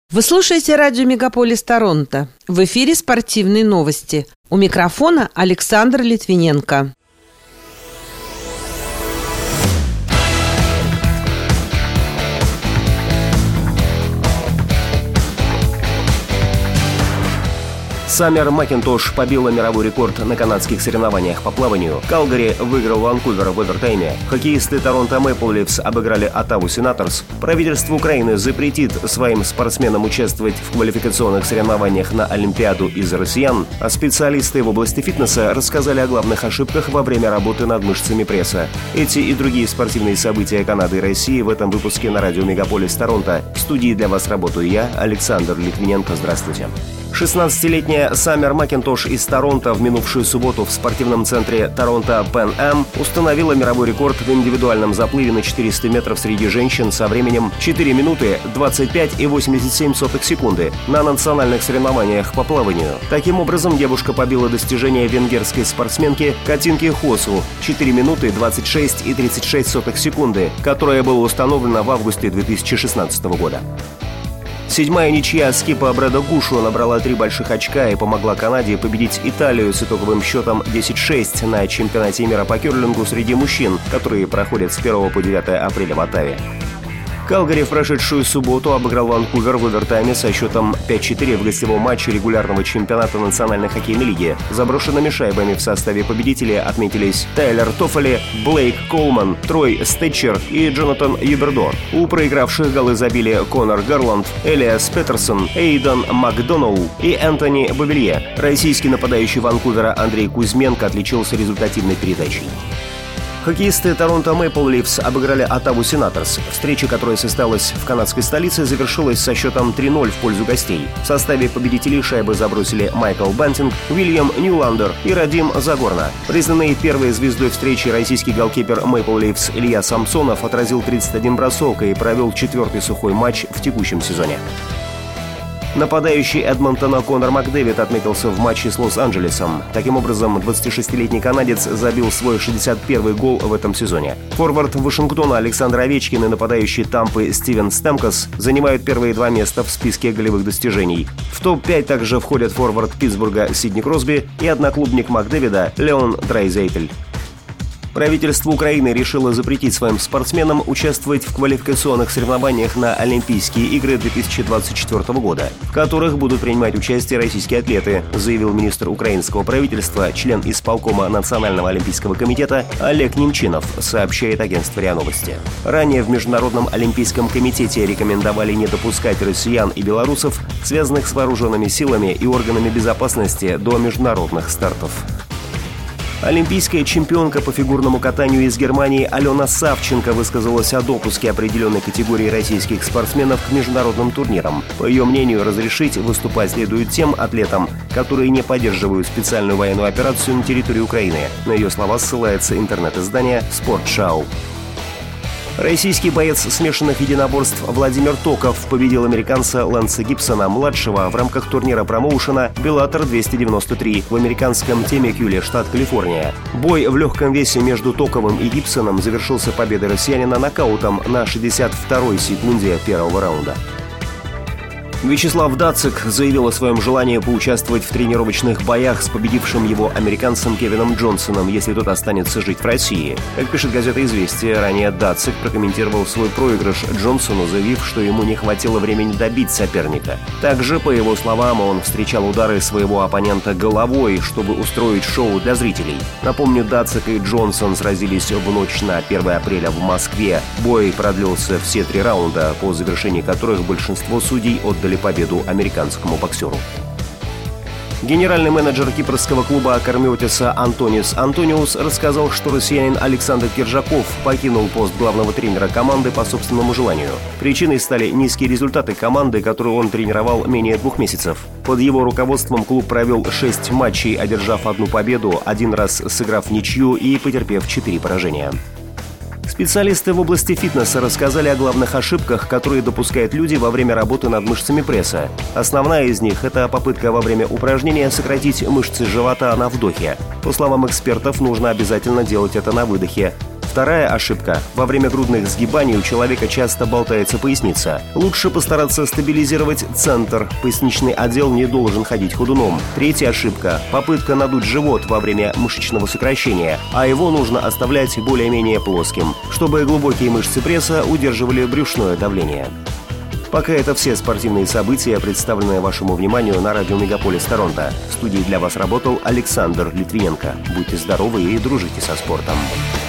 Вы слушаете радио «Мегаполис Торонто». В эфире спортивные новости. У микрофона Александр Литвиненко. Саммер Макинтош побила мировой рекорд на канадских соревнованиях по плаванию. Калгари выиграл Ванкувер в овертайме. Хоккеисты Торонто Мэпл Лифс обыграли Оттаву Сенаторс. Правительство Украины запретит своим спортсменам участвовать в квалификационных соревнованиях на Олимпиаду из-за россиян. А специалисты в области фитнеса рассказали о главных ошибках во время работы над мышцами пресса. Эти и другие спортивные события Канады и России в этом выпуске на радио «Мегаполис Торонто». В студии для вас работаю я, Александр Литвиненко. Здравствуйте. 16-летняя Саммер Макинтош из Торонто в минувшую субботу в спортивном центре Торонто Пен Ам установила мировой рекорд в индивидуальном заплыве на 400 метров среди женщин со временем 4 минуты 25,87 секунды на национальных соревнованиях по плаванию. Таким образом, девушка побила достижение венгерской спортсменки Катинки Хосу 4 минуты 26,36 секунды, которое было установлено в августе 2016 года. Седьмая ничья скипа Брэда Гушу набрала 3 больших очка и помогла Канаде победить Италию с итоговым счетом 10-6 на чемпионате мира по керлингу среди мужчин, которые проходят с 1 по 9 апреля в Оттаве. Калгари в прошедшую субботу обыграл Ванкувер в овертайме со счетом 5-4 в гостевом матче регулярного чемпионата Национальной хоккейной лиги. Заброшенными шайбами в составе победителей отметились Тайлер Тоффоли, Блейк Колман, Трой Стетчер и Джонатан Юбердор. У проигравших голы забили Конор Гарланд, Элиас Петерсон, Эйдан Макдоноу и Энтони Бавилье. Российский нападающий Ванкувера Андрей Кузьменко отличился результативной передачей. Хоккеисты Торонто Мэпл Лифс обыграли Оттаву Сенаторс. Встреча, которая состоялась в канадской столице, завершилась со счетом 3-0 в пользу гостей. В составе победителей шайбы забросили Майкл Бантинг, Уильям Ньюландер и Радим Загорна. Признанный первой звездой встречи российский голкипер Мэпл Лифс Илья Самсонов отразил 31 бросок и провел 4-й сухой матч в текущем сезоне. Нападающий Эдмонтона Конор Макдэвид отметился в матче с Лос-Анджелесом. Таким образом, 26-летний канадец забил свой 61-й гол в этом сезоне. Форвард Вашингтона Александр Овечкин и нападающий Тампы Стивен Стемкос занимают первые 2 места в списке голевых достижений. В топ-5 также входят форвард Питтсбурга Сидни Кросби и одноклубник Макдэвида Леон Драйзейтель. Правительство Украины решило запретить своим спортсменам участвовать в квалификационных соревнованиях на Олимпийские игры 2024 года, в которых будут принимать участие российские атлеты, заявил министр украинского правительства, член исполкома Национального олимпийского комитета Олег Немчинов, сообщает агентство РИА Новости. Ранее в Международном олимпийском комитете рекомендовали не допускать россиян и белорусов, связанных с вооруженными силами и органами безопасности, до международных стартов. Олимпийская чемпионка по фигурному катанию из Германии Алена Савченко высказалась о допуске определенной категории российских спортсменов к международным турнирам. По ее мнению, разрешить выступать следует тем атлетам, которые не поддерживают специальную военную операцию на территории Украины. На ее слова ссылается интернет-издание «Спортшау». Российский боец смешанных единоборств Владимир Токов победил американца Лэнса Гибсона-младшего в рамках турнира промоушена «Беллатор 293» в американском Темекюле, штат Калифорния. Бой в легком весе между Токовым и Гибсоном завершился победой россиянина нокаутом на 62-й секунде первого раунда. Вячеслав Дацик заявил о своем желании поучаствовать в тренировочных боях с победившим его американцем Кевином Джонсоном, если тот останется жить в России. Как пишет газета «Известия», ранее Дацик прокомментировал свой проигрыш Джонсону, заявив, что ему не хватило времени добить соперника. Также, по его словам, он встречал удары своего оппонента головой, чтобы устроить шоу для зрителей. Напомню, Дацик и Джонсон сразились в ночь на 1 апреля в Москве. Бой продлился все 3 раунда, по завершении которых большинство судей отдали победу американскому боксеру. Генеральный менеджер кипрского клуба Кармиотиса Антонис Антониус рассказал, что россиянин Александр Киржаков покинул пост главного тренера команды по собственному желанию. Причиной стали низкие результаты команды, которую он тренировал менее 2 месяцев. Под его руководством клуб провел 6 матчей, одержав 1 победу, 1 раз сыграв ничью и потерпев 4 поражения. Специалисты в области фитнеса рассказали о главных ошибках, которые допускают люди во время работы над мышцами пресса. Основная из них – это попытка во время упражнения сократить мышцы живота на вдохе. По словам экспертов, нужно обязательно делать это на выдохе. Вторая ошибка. Во время грудных сгибаний у человека часто болтается поясница. Лучше постараться стабилизировать центр. Поясничный отдел не должен ходить ходуном. Третья ошибка. Попытка надуть живот во время мышечного сокращения, а его нужно оставлять более-менее плоским, чтобы глубокие мышцы пресса удерживали брюшное давление. Пока это все спортивные события, представленные вашему вниманию на радио «Мегаполис Торонто». В студии для вас работал Александр Литвиненко. Будьте здоровы и дружите со спортом.